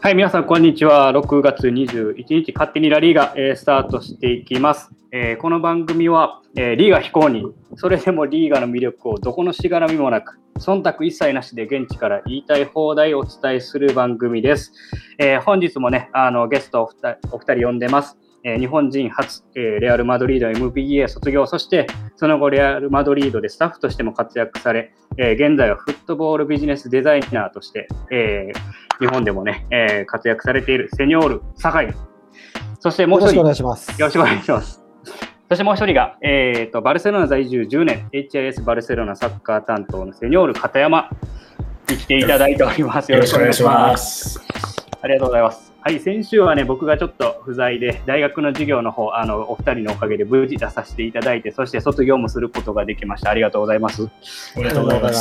はい、皆さんこんにちは。6月21日、勝手にラリーガ、スタートしていきます。この番組は、リーガ非公認、それでもリーガの魅力をどこのしがらみもなく、忖度一切なしで現地から言いたい放題をお伝えする番組です。本日もね、ゲストお二人呼んでます。日本人初、レアル・マドリード MBA 卒業、そしてその後レアル・マドリードでスタッフとしても活躍され、現在はフットボールビジネスデザイナーとして、日本でもね、活躍されているセニョール酒井。そしてもう一人、 よろしくお願いします。 よろしくお願いします。そしてもう一人が、バルセロナ在住10年、HIS バルセロナサッカー担当のセニョール片山に来ていただいております。 よろしくお願いします。 ありがとうございます。はい、先週はね、僕がちょっと不在で、大学の授業の方、お二人のおかげで無事出させていただいて、そして卒業もすることができました。ありがとうございます。 おめでとうございます。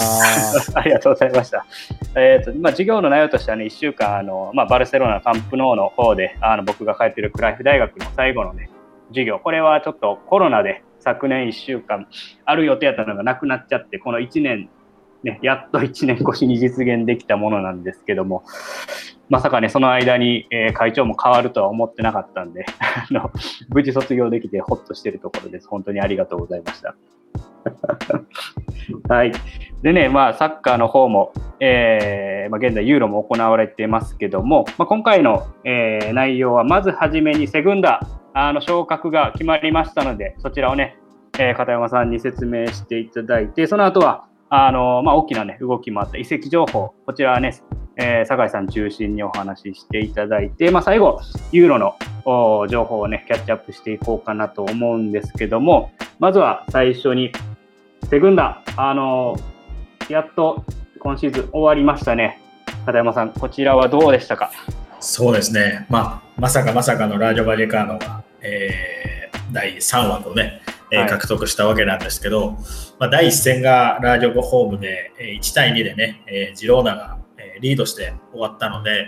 ありがとうございました。授業の内容としてはね、1週間、バルセロナカンプノーの方で、僕が通っているクライフ大学の最後のね、授業、これはちょっとコロナで昨年1週間ある予定だったのがなくなっちゃって、この1年、ね、やっと1年越しに実現できたものなんですけども、まさかね、その間に、会長も変わるとは思ってなかったんで無事卒業できてほっとしているところです。本当にありがとうございましたはい。でね、サッカーの方も、現在ユーロも行われていますけども、今回の、内容はまずはじめにセグンダ昇格が決まりましたので、そちらをね、片山さんに説明していただいて、その後は大きな、ね、動きもあった移籍情報、こちらはね、酒井さん中心にお話ししていただいて、最後ユーロの情報をねキャッチアップしていこうかなと思うんですけども、まずは最初にセグンダ、やっと今シーズン終わりましたね。片山さん、こちらはどうでしたか？ そうですね、まさかのラージョ・バリェカーノが、第3枠をね、獲得したわけなんですけど、第1戦がラージョホームで1対2でね、ジローナがリードして終わったので、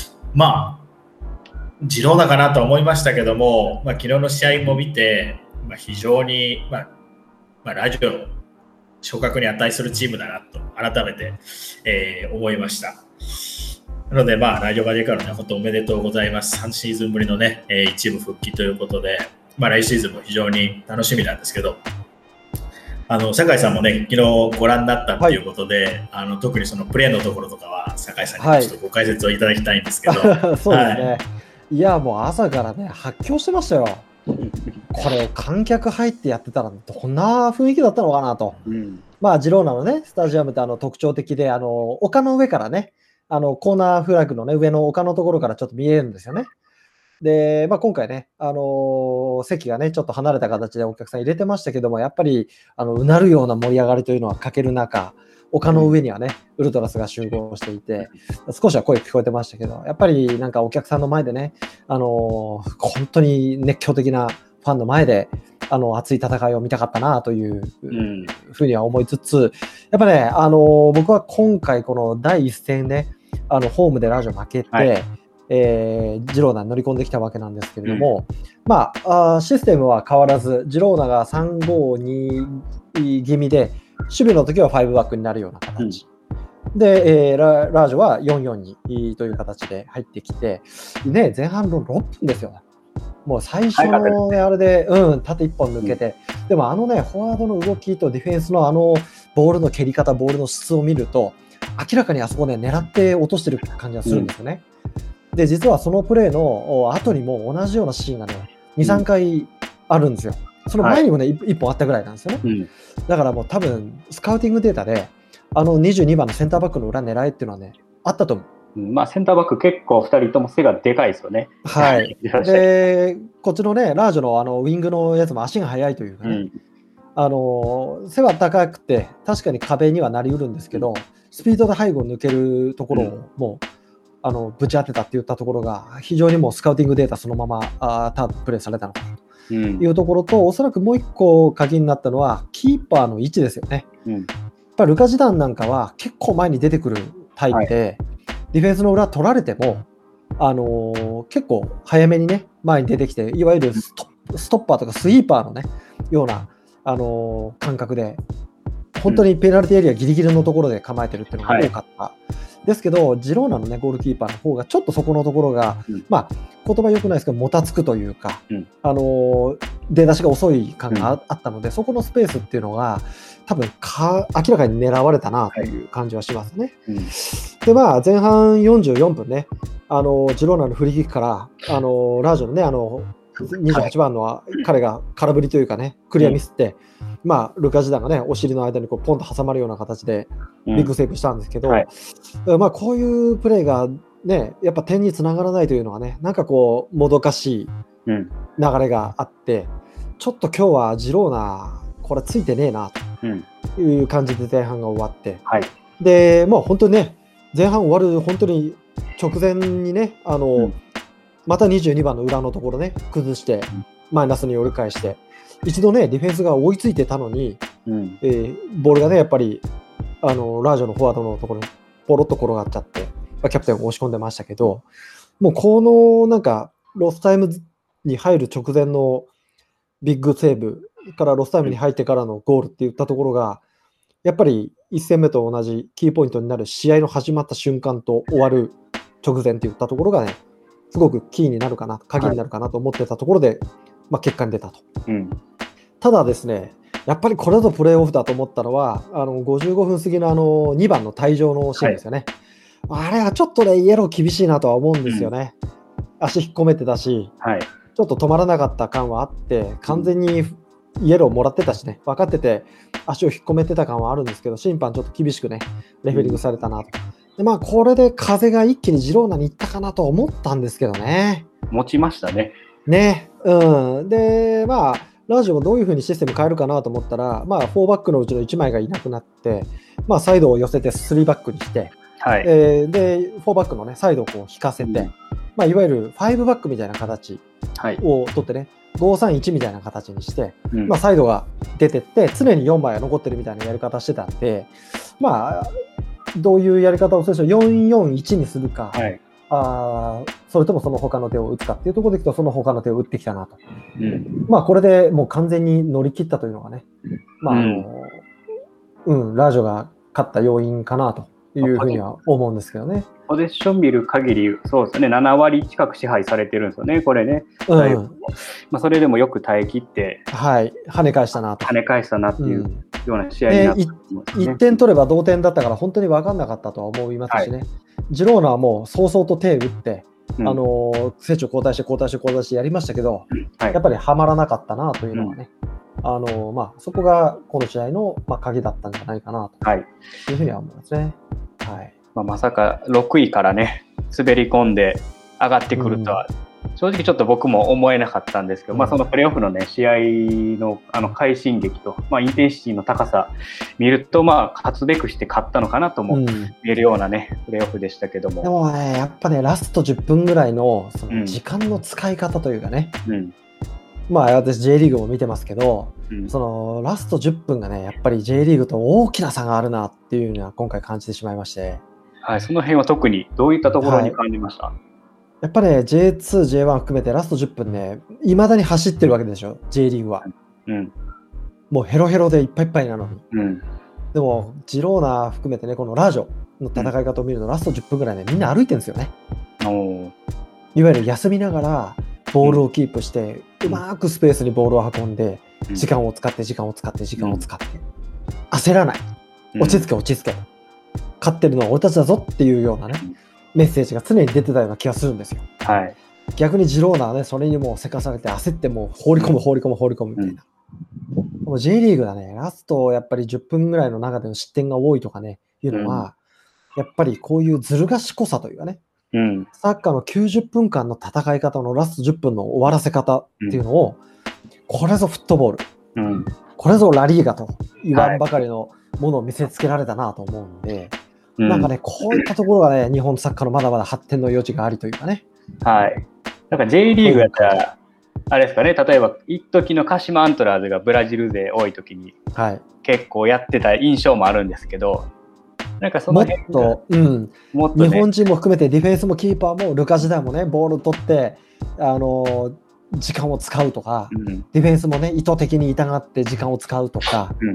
ジローナかなと思いましたけども、昨日の試合も見て、非常に、ラジオの昇格に値するチームだなと改めて、思いました。なので、ラジオバリェカーノね、本当おめでとうございます。3シーズンぶりのね、チーム復帰ということで、来シーズンも非常に楽しみなんですけど、酒井さんもね、昨日ご覧になったということで、特にそのプレーのところとかは酒井さんにちょっとご解説をいただきたいんですけど、 そうですね、いやもう朝からね発狂してましたよ。これ観客入ってやってたらどんな雰囲気だったのかなと、ジローナのねスタジアムって特徴的で、丘の上からね、コーナーフラッグのね上の丘のところからちょっと見えるんですよね。で、今回ね、席がね、ちょっと離れた形でお客さん入れてましたけども、やっぱり、うなるような盛り上がりというのは欠ける中、丘の上にはね、ウルトラスが集合していて、少しは声聞こえてましたけど、やっぱりなんかお客さんの前でね、本当に熱狂的なファンの前で、熱い戦いを見たかったなというふうには思いつつ、やっぱね、僕は今回この第一戦で、ホームでラジオ負けて、ジローナに乗り込んできたわけなんですけれども、システムは変わらず、ジローナが3-5-2気味で、守備の時は5バックになるような形。で、ラージョは4-4-2という形で入ってきて、ね、前半の6分ですよ。もう最初の、ね、あれで、縦1本抜けて、でもフォワードの動きとディフェンスのボールの蹴り方、ボールの質を見ると、明らかにあそこね、狙って落としてる感じがするんですよね。で、実はそのプレーの後にも同じようなシーンがね、2、3回あるんですよ。その前にもね、1本あったぐらいなんですよね。だからもう多分、スカウティングデータで、22番のセンターバックの裏狙いっていうのはね、あったと思う。 センターバック結構2人とも背がでかいですよね。 はい。で、こっちのね、ラージョのウィングのやつも足が速いというかね、背は高くて、確かに壁にはなりうるんですけど、スピードで背後を抜けるところをもう、ぶち当てたっていったところが非常にもうスカウティングデータそのままプレーされたのかなというところと、おそらくもう一個鍵になったのはキーパーの位置ですよね。やっぱりルカ・ジダンなんかは結構前に出てくるタイプで、ディフェンスの裏取られても、結構早めにね前に出てきて、いわゆるストッパーとかスイーパーのねような感覚で本当にペナルティエリアギリギリのところで構えてるっていうのが多かった。ですけど、ジローナのね、ゴールキーパーの方が、ちょっとそこのところが、まあ、言葉良くないですけど、もたつくというか、出だしが遅い感があったので、そこのスペースっていうのが、多分明らかに狙われたなという感じはしますね。で、まあ、前半44分ね、ジローナのフリーキックから、ラージョのね、28番の彼が空振りというかね、クリアミスって、まあ、ルカ・ジダンがね、お尻の間にこうポンと挟まるような形でビッグセーブしたんですけど、まあ、こういうプレーがね、やっぱ点につながらないというのはね、なんかこう、もどかしい流れがあって、ちょっと今日はジローナ、これついてねえなという感じで前半が終わって、で、もう本当にね、前半終わる本当に直前にね、また22番の裏のところね、崩して、マイナスに折り返して、一度ね、ディフェンスが追いついてたのに、ボールがね、やっぱり、ラージョのフォワードのところにポロッと転がっちゃって、キャプテンを押し込んでましたけど、もうこのなんか、ロスタイムに入る直前のビッグセーブからロスタイムに入ってからのゴールっていったところが、やっぱり1戦目と同じキーポイントになる試合の始まった瞬間と終わる直前っていったところがね、すごくキーになるかな、鍵になるかなと思ってたところで、まあ、結果に出たと。ただですね、やっぱりこれぞプレーオフだと思ったのは、55分過ぎの2番の退場のシーンですよね。あれはちょっとね、イエロー厳しいなとは思うんですよね。足引っ込めてたし、ちょっと止まらなかった感はあって、完全にイエローもらってたしね、分かってて、足を引っ込めてた感はあるんですけど、審判ちょっと厳しくね、レフェリングされたなと。で、まあ、これで風が一気にジローナに行ったかなと思ったんですけどね。 持ちましたね。 で、まあ、ラージオもどういう風にシステム変えるかなと思ったら、まあ、4バックのうちの1枚がいなくなって、まあ、サイドを寄せて3バックにして、で、4バックのね、サイドをこう引かせて、まあ、いわゆる5バックみたいな形を取ってね、5-3-1みたいな形にして、まあ、サイドが出てって、常に4枚が残ってるみたいなやり方してたんで、まあ、どういうやり方をするでしょう、4-4-1にするか、それともその他の手を打つかっていうところでいくと、その他の手を打ってきたなと。まあ、これでもう完全に乗り切ったというのがね、まあ、ラージョが勝った要因かなというふうには思うんですけどね。 ポゼッション見る限り、そうですね、7割近く支配されてるんですよね、これね。まあ、それでもよく耐え切って、 跳ね返したなと。 跳ね返したなっていうような試合になってますね。 1点取れば同点だったから、本当に分かんなかったとは思いますしね。ジローナはもう早々と手を打って、選手を交代してやりましたけど、やっぱりはまらなかったなというのはね、まあ、そこがこの試合の、まあ、鍵だったんじゃないかなというふうには思いますね。 まあ、まさか6位からね、滑り込んで上がってくるとは、正直ちょっと僕も思えなかったんですけど、まあ、そのプレーオフのね、試合の快進撃と、まあ、インテンシティの高さ見ると、まあ、勝つべくして勝ったのかなとも見えるようなね、プレーオフでしたけども。 でもね、やっぱね、ラスト10分ぐらいのその時間の使い方というかね、まあ、私 J リーグも見てますけど、そのラスト10分がね、やっぱり J リーグと大きな差があるなっていうのは今回感じてしまいまして。 その辺は特にどういったところに感じました？ やっぱね、J2、J1 含めてラスト10分ね、いまだに走ってるわけでしょ、J リーグは。もうヘロヘロでいっぱいいっぱいなのに。でも、ジローナ含めてね、このラージョの戦い方を見ると、ラスト10分ぐらいね、みんな歩いてるんですよね。いわゆる休みながら、ボールをキープして、うまくスペースにボールを運んで、時間を使って、焦らない。落ち着け。勝ってるのは俺たちだぞっていうようなね、メッセージが常に出てたような気がするんですよ。逆にジローナはね、それにもうせかされて焦ってもう放り込むみたいな。もう J リーグだね、ラストやっぱり10分ぐらいの中での失点が多いとかね、いうのは、やっぱりこういうずる賢さというかね、サッカーの90分間の戦い方のラスト10分の終わらせ方っていうのを、これぞフットボール、これぞラリーガと言わんばかりのものを見せつけられたなと思うんで、なんかね、こういったところがね、日本サッカーのまだまだ発展の余地がありというかね。 なんか J リーグやったら、あれですかね、例えば一時の鹿島アントラーズがブラジル勢多い時に、結構やってた印象もあるんですけど、なんかその辺もっと、日本人も含めてディフェンスもキーパーもルカ時代もね、ボールを取って時間を使うとか、ディフェンスもね、意図的に痛がって時間を使うとか、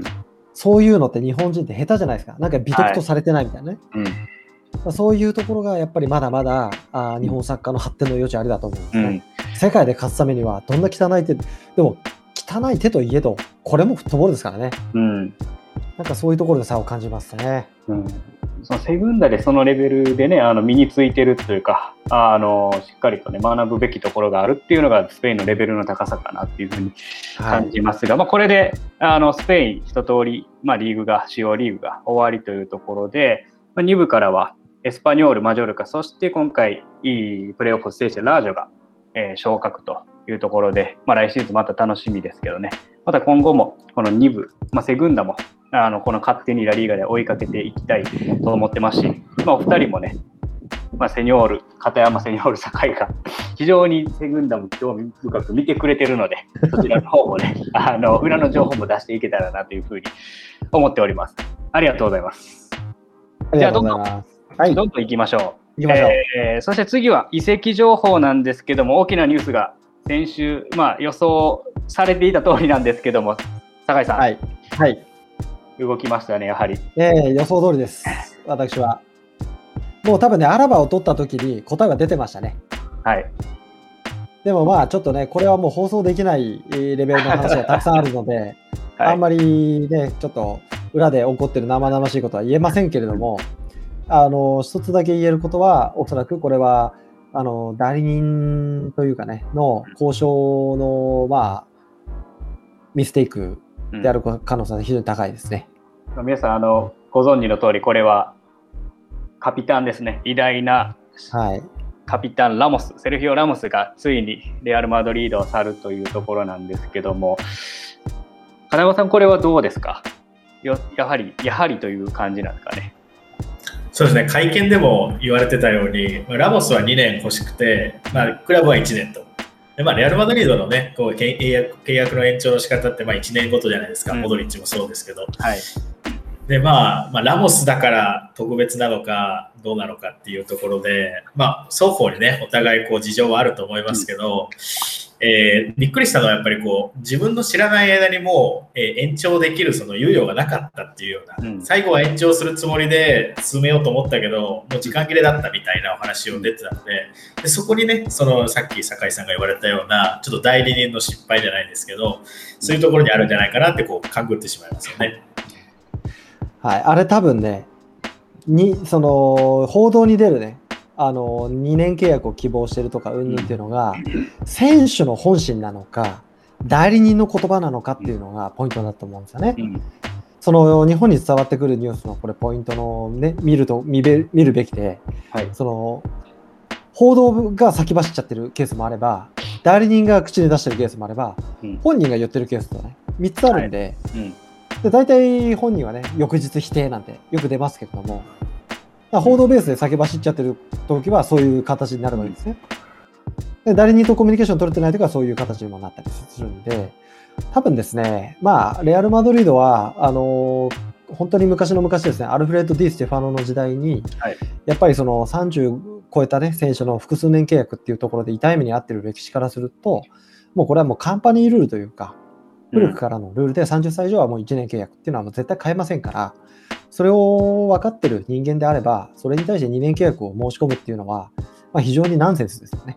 そういうのって日本人って下手じゃないですか。なんか美徳とされてないみたいなね。そういうところがやっぱりまだまだ日本サッカーの発展の余地ありだと思うんですね。世界で勝つためにはどんな汚い手、でも汚い手といえど、これもフットボールですからね。なんかそういうところで差を感じますね。 そのセグンダでそのレベルでね、身についてるというか、しっかりとね、学ぶべきところがあるっていうのがスペインのレベルの高さかなっていうふうに感じますが、これでスペイン一通り、リーグが、主要リーグが終わりというところで、2部からはエスパニョール、マジョルカ、そして今回いいプレーオフステージでラージョが、昇格というところで、来シーズンまた楽しみですけどね、また今後もこの2部、セグンダもこの勝手にラリーガで追いかけていきたいと思ってますし、お二人もね、セニョール、片山セニョール酒井が非常にセグンダも興味深く見てくれてるので、そちらの方もね、裏の情報も出していけたらなというふうに思っております。ありがとうございます。じゃあどんどん行きましょう。そして次は移籍情報なんですけども、大きなニュースが先週、予想されていた通りなんですけども、酒井さん。動きましたね、やはり。 予想通りです、私は。もう多分ね、アラバを取った時に答えが出てましたね。でもちょっとね、これはもう放送できないレベルの話がたくさんあるので、あんまりね、ちょっと裏で起こってる生々しいことは言えませんけれども、一つだけ言えることは、おそらくこれは、代理人というかね、の交渉の、ミステイクである可能性が非常に高いですね。 皆さんご存知の通り、これはカピタンですね。偉大なカピタンラモス、セルヒオ・ラモスがついにレアル・マドリードを去るというところなんですけども、金山さん、これはどうですか？やはりという感じなんですかね。 そうですね、会見でも言われてたように、ラモスは2年欲しくて、クラブは1年と。でレアル・マドリードのね、こう契約の延長の仕方って1年ごとじゃないですか、モドリッチもそうですけど。でラモスだから特別なのかどうなのかっていうところで、双方にね、お互い事情はあると思いますけど、びっくりしたのはやっぱり自分の知らない間にもう、延長できるその猶予がなかったっていうような、最後は延長するつもりで進めようと思ったけどもう時間切れだったみたいなお話を出てたので、そこにね、さっき酒井さんが言われたようなちょっと代理人の失敗じゃないですけど、そういうところにあるんじゃないかなって勘ぐってしまいますよね。 あれ多分ね、その報道に出るね、2年契約を希望してるとか云々っていうのが、選手の本心なのか代理人の言葉なのかっていうのがポイントだと思うんですよね。その日本に伝わってくるニュースのこれポイントのね、見るべきで、その報道が先走っちゃってるケースもあれば、代理人が口に出してるケースもあれば、本人が言ってるケースとね、3つあるんで、で大体本人はね、翌日否定なんてよく出ますけれども、報道ベースで先走っちゃってる時はそういう形になるわけですね。で代理人とコミュニケーション取れてない時はそういう形にもなったりするんで、多分ですね、レアル・マドリードは本当に昔の昔ですね、アルフレッド・ディ・ステファノの時代に、やっぱりその30超えたね、選手の複数年契約っていうところで痛い目に遭ってる歴史からすると、もうこれはもうカンパニールールというか、古くからのルールで30歳以上はもう1年契約っていうのはもう絶対変えませんから、それを分かってる人間であれば、それに対して2年契約を申し込むっていうのは、非常にナンセンスですよね。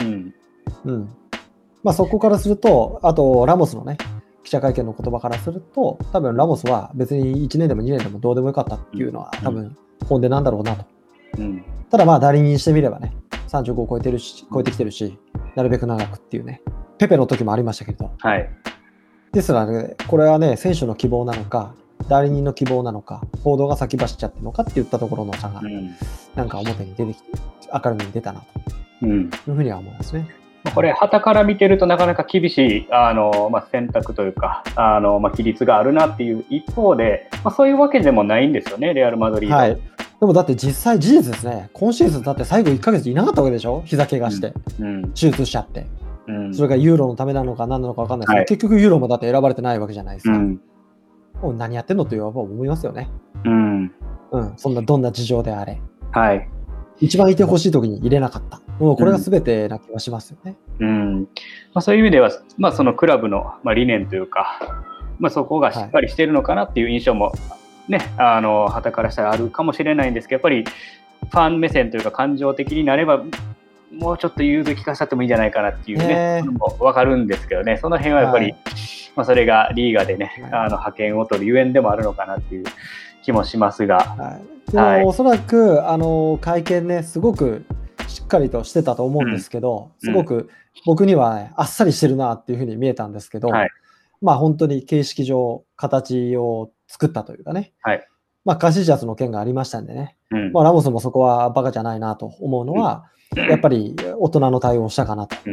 そこからすると、あとラモスのね、記者会見の言葉からすると、多分ラモスは別に1年でも2年でもどうでもよかったっていうのは多分本音なんだろうなと。ただ代理人にしてみればね、35を超えてきてるし、なるべく長くっていうね、ペペの時もありましたけど、ですがね、これはね、選手の希望なのか、代理人の希望なのか、報道が先走っちゃってるのかって言ったところの差が、なんか表に出てきて、明るみに出たなというふうには思いますね。 これ、傍から見てるとなかなか厳しい選択というか、規律があるなっていう一方で、そういうわけでもないんですよね、レアル・マドリード。 でもだって実際事実ですね、今シーズンだって最後1ヶ月いなかったわけでしょ、膝怪我して、手術しちゃって。それがユーロのためなのか何なのか分かんないですけど、結局ユーロもだって選ばれてないわけじゃないですか。もう何やってんのと思いますよね。そんなどんな事情であれ。一番いてほしい時に入れなかった。もうこれが全てな気がしますよね。 そういう意味では、そのクラブの理念というか、 そこがしっかりしてるのかなっていう印象もね、傍からしたらあるかもしれないんですけど、やっぱりファン目線というか感情的になればもうちょっと融通聞かせてもいいんじゃないかなっていうね、のも分かるんですけどね、その辺はやっぱり、それがリーガでね、派遣を取るゆえんでもあるのかなっていう気もしますが、 でもおそらく会見ね、すごくしっかりとしてたと思うんですけど、すごく僕には、あっさりしてるなっていうふうに見えたんですけど、本当に形式上形を作ったというかね、カシジャスの件がありましたんでね、ラモスもそこはバカじゃないなと思うのは、やっぱり大人の対応をしたかなと。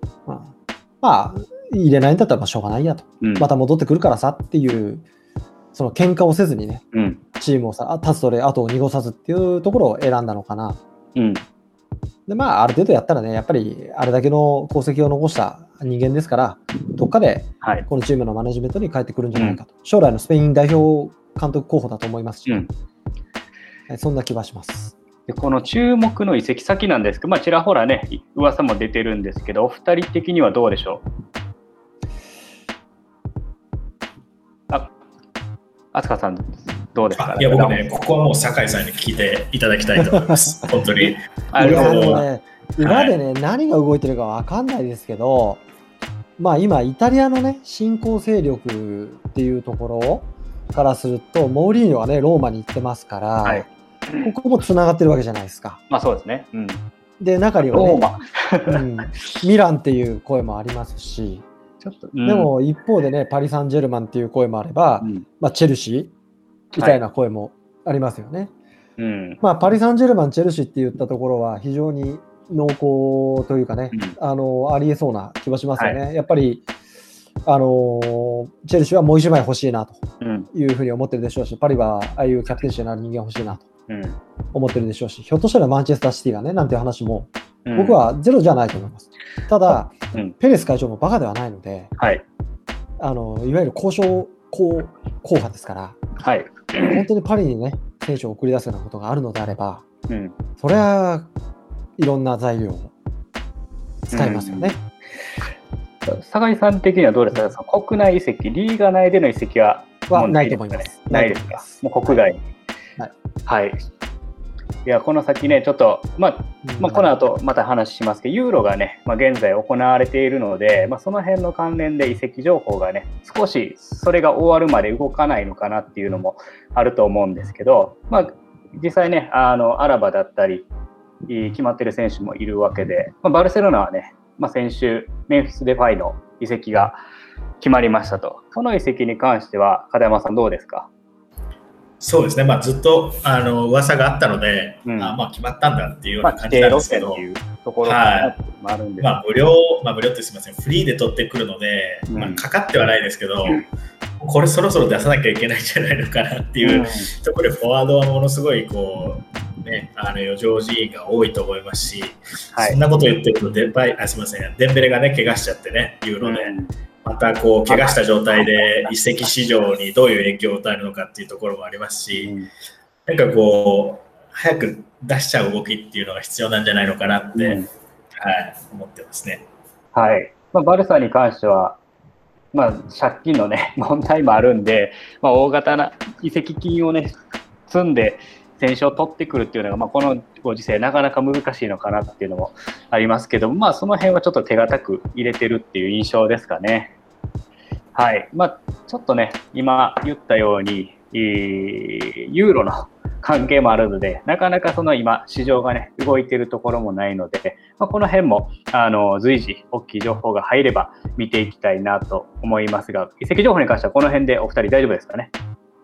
入れないんだったらしょうがないやと。また戻ってくるからさっていう、その喧嘩をせずにね、チームを立つと後を濁さずっていうところを選んだのかな。である程度やったらね、やっぱりあれだけの功績を残した人間ですから、どっかでこのチームのマネジメントに帰ってくるんじゃないかと。将来のスペイン代表監督候補だと思いますし、そんな気はします。 でこの注目の移籍先なんですけど、ちらほらね、噂も出てるんですけど、お二人的にはどうでしょう？飛鳥さん、どうですか？ いや、僕ね、ここはもう酒井さんに聞いていただきたいと思います。本当に。 裏でね、何が動いてるか分かんないですけど、今、イタリアのね、新興勢力っていうところからすると、モーリーニョはね、ローマに行ってますから、ここもつながってるわけじゃないですか。 そうですね。 で、中にはね、ミランっていう声もありますし、でも一方でね、パリ・サンジェルマンっていう声もあれば、チェルシーみたいな声もありますよね。パリ・サンジェルマン、チェルシーって言ったところは非常に濃厚というかね、ありえそうな気はしますよね。やっぱりチェルシーはもう一枚欲しいなというふうに思ってるでしょうし、パリはああいうキャプテンシーのある人間欲しいなと思ってるでしょうし、ひょっとしたらマンチェスターシティがね、なんていう話も僕はゼロじゃないと思います。ただ、ペレス会長もバカではないので、いわゆる交渉硬派ですから、本当にパリにね、選手を送り出すようなことがあるのであれば、それはいろんな材料を使いますよね。 酒井さん的にはどうですか？国内移籍、リーガ内での移籍はないと思います。 ないですか？もう国外に。いや、この先ね、ちょっと、この後また話しますけど、ユーロがね、現在行われているので、その辺の関連で移籍情報がね、少しそれが終わるまで動かないのかなっていうのもあると思うんですけど、実際ね、アラバだったり、決まってる選手もいるわけで、バルセロナはね、先週、メンフィス・デファイの移籍が決まりましたと。この移籍に関しては、片山さんどうですか？ そうですね、ずっと噂があったので、決まったんだっていうような感じなんですけど、無料ってすみません、フリーで取ってくるので、かかってはないですけど、これそろそろ出さなきゃいけないんじゃないのかなっていうところで、フォワードはものすごい余剰人員が多いと思いますし、そんなこと言ってるとデンベレがね、怪我しちゃってね、ユーロで。また怪我した状態で移籍市場にどういう影響を与えるのかっていうところもありますし、早く出しちゃう動きっていうのが必要なんじゃないのかなって、思ってますね。 バルサに関しては、借金のね、問題もあるんで、大型な移籍金をね、積んで選手を取ってくるっていうのが、このご時世なかなか難しいのかなっていうのもありますけど、その辺はちょっと手堅く入れてるっていう印象ですかね。ちょっとね、今言ったように、ユーロの関係もあるので、なかなかその今、市場がね、動いているところもないので、この辺も随時、大きい情報が入れば見ていきたいなと思いますが、移籍情報に関してはこの辺でお二人大丈夫ですかね？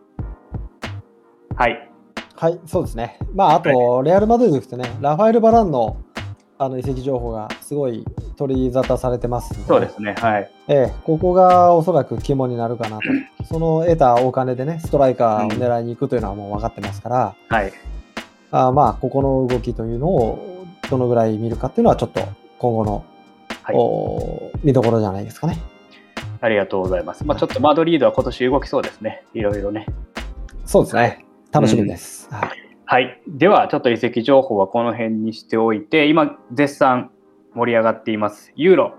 そうですね。あと、レアル・マドリードですね、ラファエル・バランの移籍情報がすごい取り沙汰されてますので、 そうですね、 ここがおそらく肝になるかなと。その得たお金でね、ストライカーを狙いに行くというのはもう分かってますから、ここの動きというのをどのぐらい見るかっていうのは、ちょっと今後の、見どころじゃないですかね。 ありがとうございます。ちょっとマドリードは今年動きそうですね、いろいろね。 そうですね、楽しみです。 ではちょっと移籍情報はこの辺にしておいて、今絶賛盛り上がっていますユーロ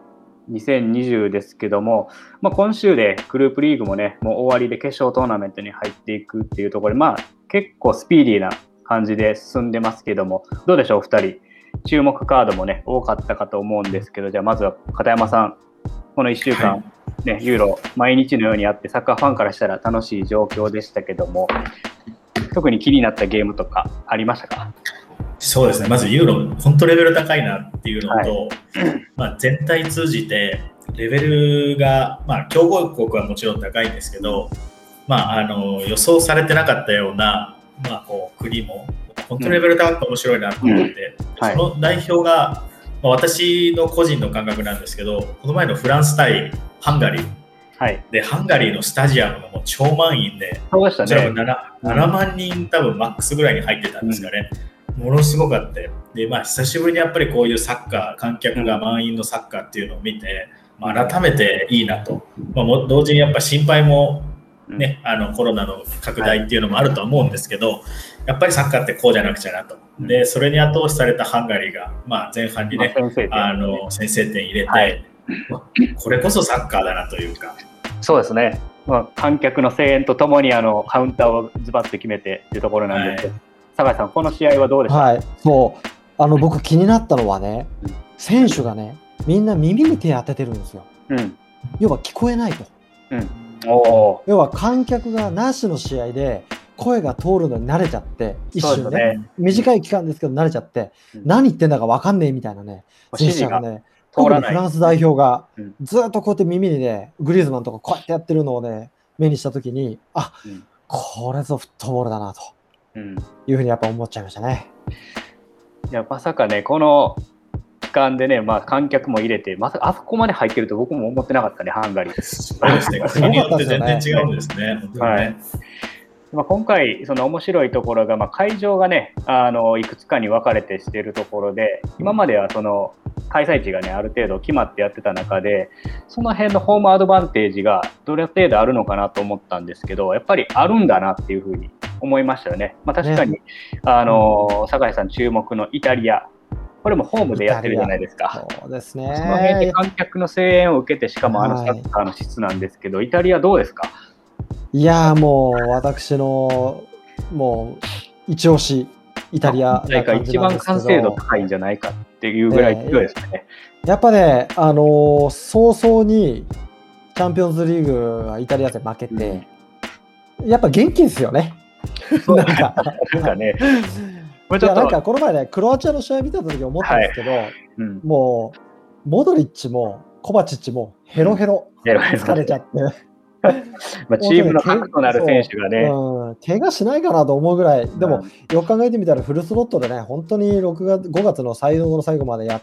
2020ですけども、今週でグループリーグもね、もう終わりで決勝トーナメントに入っていくっていうところで、結構スピーディーな感じで進んでますけども、どうでしょう、2人。注目カードもね、多かったかと思うんですけど、じゃあまずは片山さん、この1週間、ね、ユーロ、毎日のようにやって、サッカーファンからしたら楽しい状況でしたけども、特に気になったゲームとかありましたか？ そうですね、まずユーロ、本当レベル高いなっていうのと、全体通じてレベルが、強豪国はもちろん高いんですけど、予想されてなかったような、国も本当にレベル高くて面白いなと思って、その代表が、私の個人の感覚なんですけど、この前のフランス対ハンガリー、でハンガリーのスタジアムがもう超満員で、 そうでしたね、 7万人多分マックスぐらいに入ってたんですかね。ものすごかった。で、久しぶりにやっぱりこういうサッカー、観客が満員のサッカーっていうのを見て、改めていいなと。同時にやっぱ心配もね、コロナの拡大っていうのもあるとは思うんですけど、やっぱりサッカーってこうじゃなくちゃなと。で、それに後押しされたハンガリーが、前半にね、先制点入れて、これこそサッカーだなというか。 そうですね。観客の声援とともにカウンターをズバッと決めてっていうところなんですけど、酒井さん、この試合はどうでしたか？ そう僕気になったのはね、選手がね、みんな耳に手当ててるんですよ。要は聞こえないと。要は観客がなしの試合で声が通るのに慣れちゃって、一瞬ね、短い期間ですけど慣れちゃって、何言ってんだか分かんねえみたいなね、選手がね、特にフランス代表がずっとこうやって耳にね、グリーズマンとかこうやってやってるのをね、目にしたときに、これぞフットボールだなというふうにやっぱ思っちゃいましたね。 いや、まさかね、この期間でね、観客も入れて、まさかあそこまで入ってると僕も思ってなかったね、ハンガリー。 そうですね、国によって全然違うんですね。 今回、その面白いところが、会場がね、いくつかに分かれてしているところで、今まではその開催地がね、ある程度決まってやってた中で、その辺のホームアドバンテージがどれ程度あるのかなと思ったんですけど、やっぱりあるんだなっていうふうに思いましたよね。確かに、酒井さん注目のイタリア、これもホームでやってるじゃないですか。 そうですね。 その辺で観客の声援を受けて、しかもサッカーの質なんですけど、イタリアどうですか？ いやもう私のもう一押しイタリアな感じなんですけど、 一番完成度高いんじゃないかっていうぐらい強いですね。 やっぱね、早々にチャンピオンズリーグはイタリア戦負けて、やっぱ元気ですよね。なんかね。なんかこの前ね、クロアチアの試合見た時思ったんですけど、もうモドリッチもコバチッチもヘロヘロ疲れちゃって。 チームの核となる選手がね、 怪我しないかなと思うぐらい、でもよく考えてみたらフルスロットでね、本当に5月の最後の最後までやって、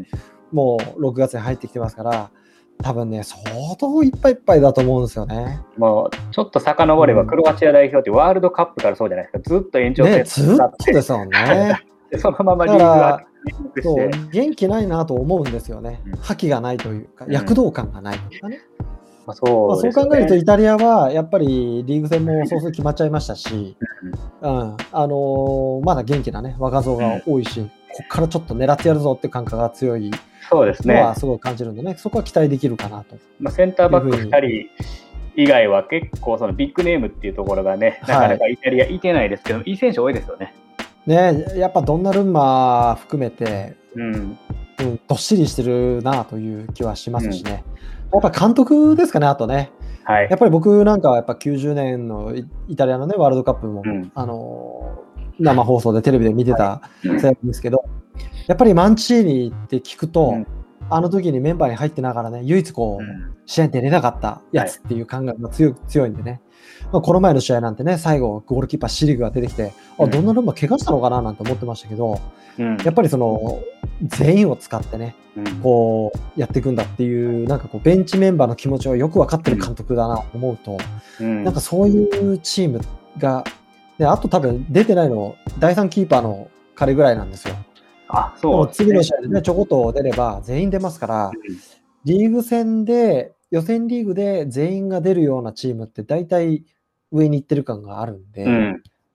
もう6月に入ってきてますから、多分ね、相当いっぱいいっぱいだと思うんですよね。 もうちょっと遡れば、クロアチア代表ってワールドカップからそうじゃないですか、ずっと延長戦ずっとですよね。 そのままリーグは元気ないなと思うんですよね。覇気がないというか、躍動感がないというかね。そう考えるとイタリアはやっぱりリーグ戦も早々決まっちゃいましたし、まだ元気なね若造が多いし、ここからちょっと狙ってやるぞって感覚が強いのはすごい感じるんでね、そこは期待できるかなと。 センターバック2人以外は結構そのビッグネームっていうところがね、なかなかイタリアいてないですけど、いい選手多いですよね。 やっぱドンナルンマ含めて、どっしりしてるなという気はしますしね。やっぱ監督ですかね、あとね。やっぱり僕なんかはやっぱ90年のイタリアのね、ワールドカップも、生放送でテレビで見てた世代ですけど、やっぱりマンチーニって聞くと、あの時にメンバーに入ってながらね、唯一試合に出れなかったやつっていう考えが強いんでね。この前の試合なんてね、最後ゴールキーパーシリグが出てきて、どんなルンマ怪我したのかななんて思ってましたけど、やっぱりその全員を使ってね、こうやっていくんだっていう、なんかこうベンチメンバーの気持ちをよく分かってる監督だなと思うと、なんかそういうチームが、あと多分出てないの第3キーパーの彼ぐらいなんですよ。次の試合でねちょこっと出れば全員出ますから、リーグ戦で予選リーグで全員が出るようなチームって大体上に行ってる感があるんで、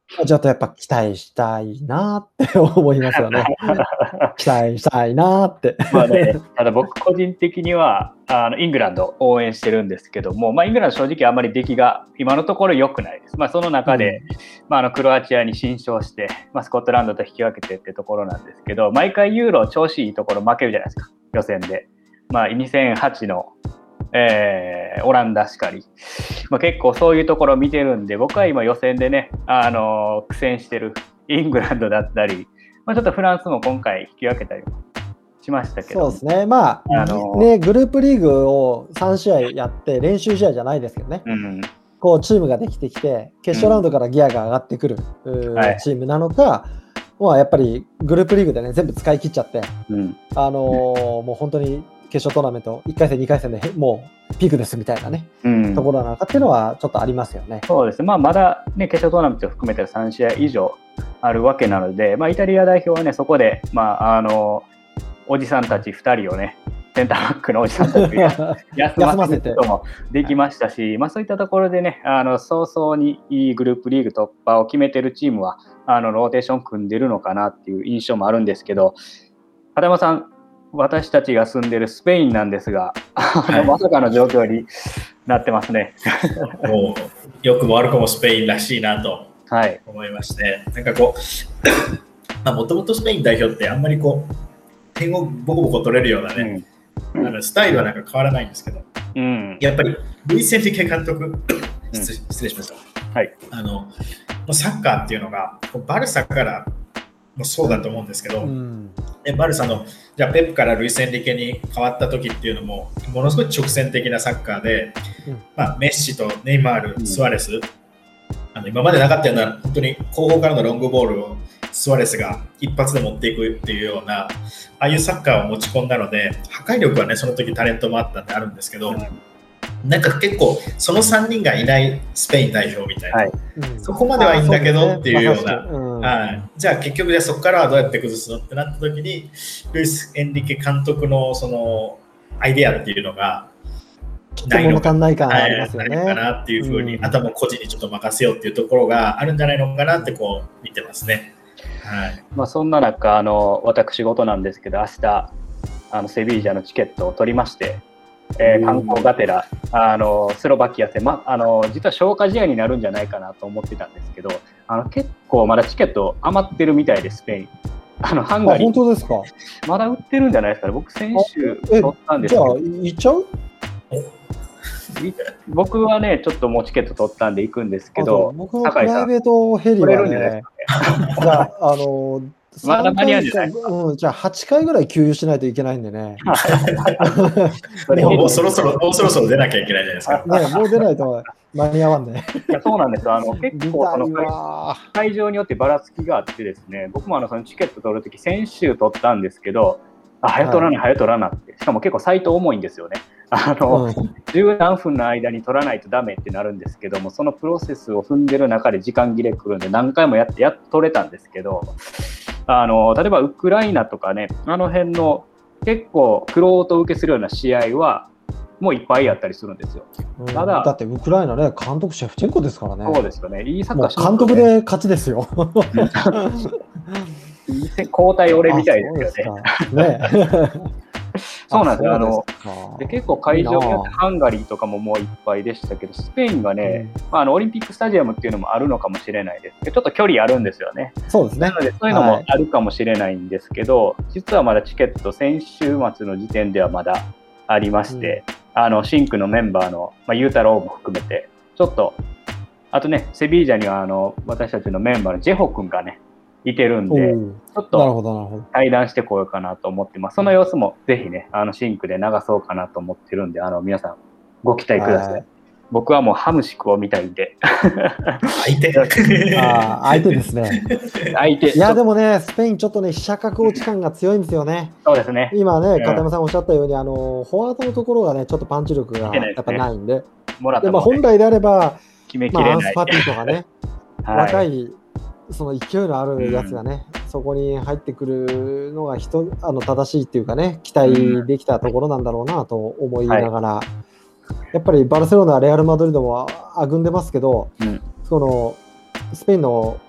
ちょっとやっぱ期待したいなって思いますよね。期待したいなって。 まあね、ただ僕個人的にはイングランドを応援してるんですけども、イングランド正直あまり出来が今のところ良くないです。その中で、クロアチアに新勝して、スコットランドと引き分けてってところなんですけど、毎回ユーロ調子いいところ負けるじゃないですか、予選で。2008のオランダしかり、結構そういうところを見てるんで、僕は今予選でね、苦戦してるイングランドだったり、ちょっとフランスも今回引き分けたりしましたけど、 そうですね、グループリーグを3試合やって練習試合じゃないですけどね、こうチームができてきて決勝ラウンドからギアが上がってくる、チームなのか、やっぱりグループリーグでね全部使い切っちゃって、もう本当に決勝トーナメント1回戦2回戦でもうピークですみたいなね、ところなのかっていうのはちょっとありますよね。 そうですね、まだね決勝トーナメントを含めて3試合以上あるわけなので、イタリア代表はねそこでおじさんたち2人をね、センターバックのおじさんたちが休ませることもできましたし、そういったところでね、早々にいいグループリーグ突破を決めてるチームはローテーション組んでるのかなっていう印象もあるんですけど、片山さん、私たちが住んでるスペインなんですが、まさかの状況になってますね。 もう良くも悪くもスペインらしいなと思いまして、なんかこう、もともとスペイン代表ってあんまりこう点をボコボコ取れるようなね、スタイルはなんか変わらないんですけど、やっぱりルイス・エンリケ監督、失礼しました。サッカーっていうのがバルサからもそうだと思うんですけど、バルサのじゃあペップからルイス・エンリケに変わった時っていうのもものすごい直線的なサッカーで、メッシとネイマール、スアレス、今までなかったような本当に後方からのロングボールをスアレスが一発で持っていくっていうような、ああいうサッカーを持ち込んだので、破壊力はねその時タレントもあったんであるんですけど、なんか結構その3人がいないスペイン代表みたいな、そこまではいいんだけどっていうような、じゃあ結局そこからはどうやって崩すのってなった時に、ルイス・エンリケ監督のそのアイデアっていうのがないのかなっていうふうに、頭個人にちょっと任せようっていうところがあるんじゃないのかなってこう見てますね。 そんな中私事なんですけど、明日セビージャのチケットを取りまして、観光がてらスロバキア戦、実は消化試合になるんじゃないかなと思ってたんですけど、結構まだチケット余ってるみたいで、スペインハンガリー本当ですか？ まだ売ってるんじゃないですかね。僕先週取ったんですけど。 じゃあ行っちゃう？ 僕はねちょっともうチケット取ったんで行くんですけど、 僕のプライベートヘリはね、じゃあまだ間に合うんじゃない？ じゃあ8回ぐらい給油しないといけないんでね。 もうそろそろ出なきゃいけないじゃないですか。 もう出ないと間に合わんね。 そうなんですよ。結構会場によってばらつきがあってですね、僕もそのチケット取るとき先週取ったんですけど、早取らなって、しかも結構サイト重いんですよね。十何分の間に取らないとダメってなるんですけども、そのプロセスを踏んでる中で時間切れくるんで何回もやっと取れたんですけど、例えばウクライナとかね、辺の結構クロート受けするような試合はもういっぱいやったりするんですよ。ただってウクライナね、監督シェフチェンコですからね。 そうですよね。いいサッカーしてますよね。監督で勝ちですよ。 交代俺みたいですよね。そうなんですよ。で結構会場によってハンガリーとかももういっぱいでしたけど、スペインがね、オリンピックスタジアムっていうのもあるのかもしれないですけど、ちょっと距離あるんですよね。 そうですね。 なのでそういうのもあるかもしれないんですけど、実はまだチケット先週末の時点ではまだありまして、シンクのメンバーの、ユータローも含めて、ちょっと、あとね、セビージャには私たちのメンバーのジェホ君がね、いてるんで、ちょっと対談してこようかなと思ってます。その様子もぜひね、シンクで流そうかなと思ってるんで、皆さんご期待ください。僕はもうハムシクを見たいんで。 相手ですね。 相手。 いやでもね、スペインちょっとね、飛車角落ち感が強いんですよね。 そうですね。 今ね、片山さんおっしゃったように、フォワードのところがね、ちょっとパンチ力がやっぱないんで。で本来であれば、 決めきれない。 アンスパティとかね、若いその勢いのあるやつがね、そこに入ってくるのが正しいっていうかね、期待できたところなんだろうなと思いながら、やっぱりバルセロナ、レアル・マドリードもあぐんでますけど、そのスペインの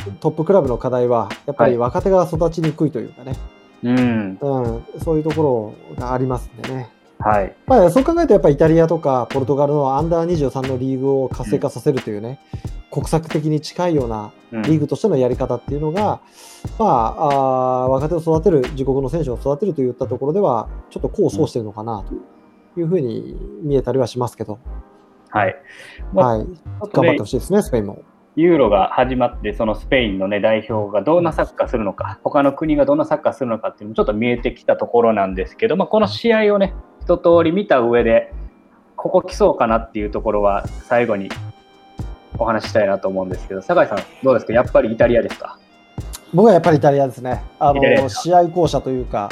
トップクラブの課題は、やっぱり若手が育ちにくいというかね、そういうところがありますんでね。そう考えると、やっぱりイタリアとかポルトガルのアンダー23のリーグを活性化させるというね、国策的に近いようなリーグとしてのやり方っていうのが、若手を育てる、自国の選手を育てるといったところでは、ちょっと功を奏しているのかなというふうに見えたりはしますけど、頑張ってほしいですね、スペインも。 ユーロが始まって、そのスペインの、代表がどんなサッカーするのか、他の国がどんなサッカーするのかっていうのもちょっと見えてきたところなんですけど、この試合をね、一通り見た上で、ここ来そうかなっていうところは最後にお話したいなと思うんですけど、酒井さん、どうですか？やっぱりイタリアですか？ 僕はやっぱりイタリアですね。試合巧者というか、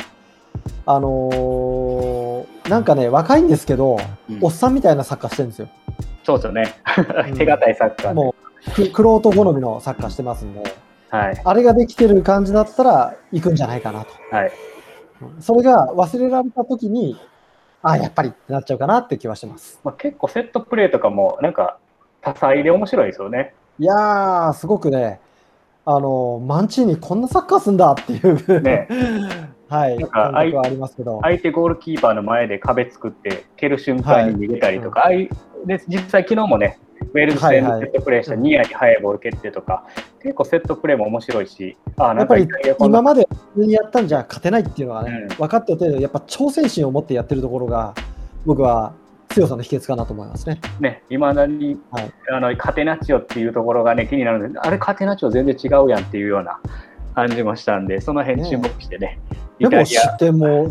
なんかね、若いんですけど、おっさんみたいなサッカーしてるんですよ。 そうですよね。手堅いサッカー、 もう玄人好みのサッカーしてますんで、あれができてる感じだったら行くんじゃないかなと。それが忘れられたときに、やっぱりってなっちゃうかなって気はしてます。 結構セットプレーとかもなんか多彩で面白いですよね。 いやー、すごくね、マンチーニこんなサッカーすんだっていうね、感覚はありますけど、 相手ゴールキーパーの前で壁作って蹴る瞬間に逃げたりとか、で実際昨日もね、ウェールズ戦のセットプレーしたニアに速いボール蹴ってとか、結構セットプレーも面白いし、 やっぱり今までやったんじゃ勝てないっていうのはね、分かっておいて、やっぱ挑戦心を持ってやってるところが、僕は強さの秘訣かなと思いますね。 いまだに、カテナチオっていうところがね、気になるので、あれ、カテナチオ全然違うやんっていうような感じもしたんで、その辺注目してね。 でも失点も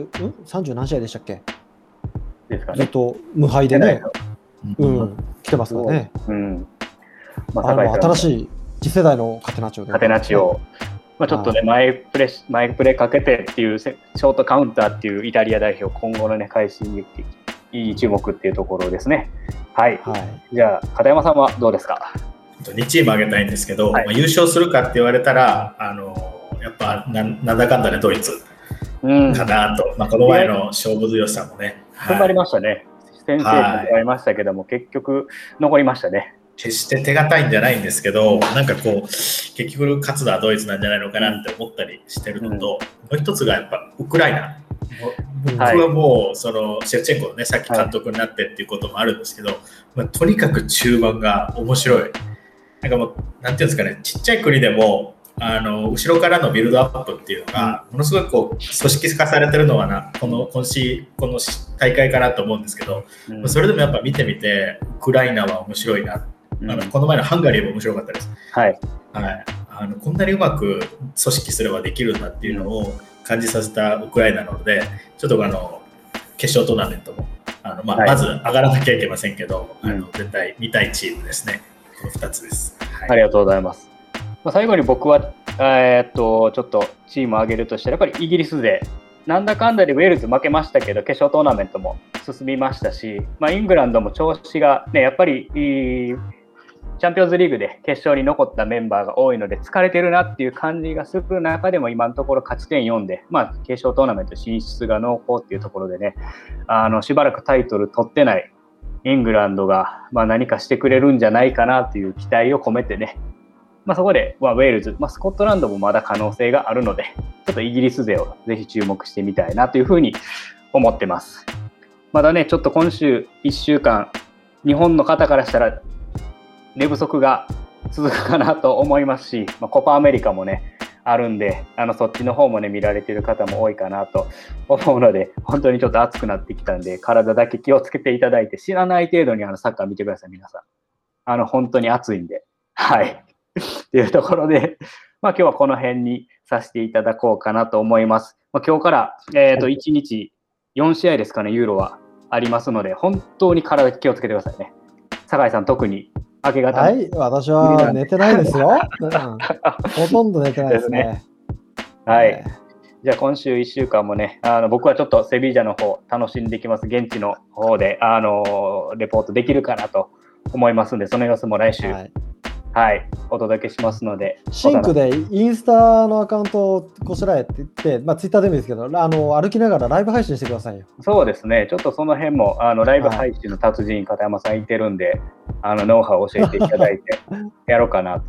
30何試合でしたっけ？ ですかね。 ずっと無敗でね、来てますからね。新しい次世代のカテナチオで。 カテナチオ。ちょっとね、前プレーかけてっていうショートカウンターっていうイタリア代表、今後のね、快進撃、いい注目っていうところですね。じゃあ、片山さんはどうですか ？2チーム挙げたいんですけど、優勝するかって言われたら、やっぱなんだかんだでドイツかなと、この前の勝負強さもね。 踏ん張りましたね。先制点ありましたけども、結局残りましたね。 決して手堅いんじゃないんですけど、なんかこう結局勝つのはドイツなんじゃないのかなって思ったりしてるのと、もう一つがやっぱウクライナ。僕はもうそのシェフチェンコのね、さっき監督になってっていうこともあるんですけど、とにかく中盤が面白い。なんかもうなんていうんですかね、ちっちゃい国でも後ろからのビルドアップっていうのがものすごくこう組織化されてるのはこの大会かなと思うんですけど、それでもやっぱ見てみてウクライナは面白いな。この前のハンガリーも面白かったです。こんなにうまく組織すればできるんだっていうのを感じさせたウクライナなので、ちょっと決勝トーナメントもまず上がらなきゃいけませんけど、絶対見たいチームですね。この2つです。 ありがとうございます。最後に僕は、ちょっとチームを上げるとしたら、やっぱりイギリス勢、なんだかんだでウェールズ負けましたけど、決勝トーナメントも進みましたし、イングランドも調子が、やっぱりチャンピオンズリーグで決勝に残ったメンバーが多いので、疲れてるなっていう感じがする中でも、今のところ勝ち点4で、決勝トーナメント進出が濃厚っていうところでね、しばらくタイトル取ってないイングランドが、何かしてくれるんじゃないかなという期待を込めてね、そこで、ウェールズ、スコットランドもまだ可能性があるので、ちょっとイギリス勢をぜひ注目してみたいなというふうに思ってます。まだね、ちょっと今週1週間、日本の方からしたら寝不足が続くかなと思いますし、コパアメリカもね、あるんで、そっちの方もね、見られてる方も多いかなと思うので、本当にちょっと暑くなってきたんで、体だけ気をつけていただいて、知らない程度にサッカー見てください、皆さん。本当に暑いんで。っていうところで、今日はこの辺にさせていただこうかなと思います。今日から、1日4試合ですかね、ユーロはありますので、本当に体気をつけてくださいね。酒井さん、特に明け方。 私は寝てないですよ。ほとんど寝てないですね。 じゃあ今週1週間もね、僕はちょっとセビージャの方楽しんできます。現地の方でレポートできるかなと思いますので、その様子も来週。お届けしますので、 シンクでインスタのアカウントをこしらえて言って、ツイッターでもいいですけど、歩きながらライブ配信してくださいよ。 そうですね、ちょっとその辺もライブ配信の達人、片山さんいてるんで、ノウハウを教えていただいてやろうかなと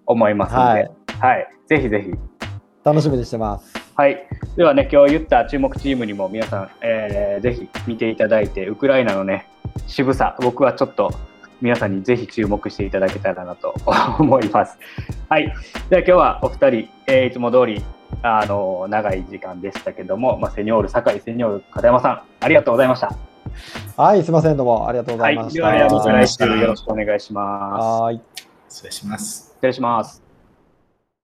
思いますので、ぜひぜひ楽しみにしてます。 はい、ではね、今日言った注目チームにも皆さん、ぜひ見ていただいて、ウクライナのね、渋さ、僕はちょっと皆さんにぜひ注目していただけたらなと思います。はい、では今日はお二人、いつも通り長い時間でしたけども、セニョール酒井、セニョール片山さん、ありがとうございました。 はい、すみません、どうもありがとうございました。 はい、ではね、また来週よろしくお願いします。 はい、 失礼します。 失礼します。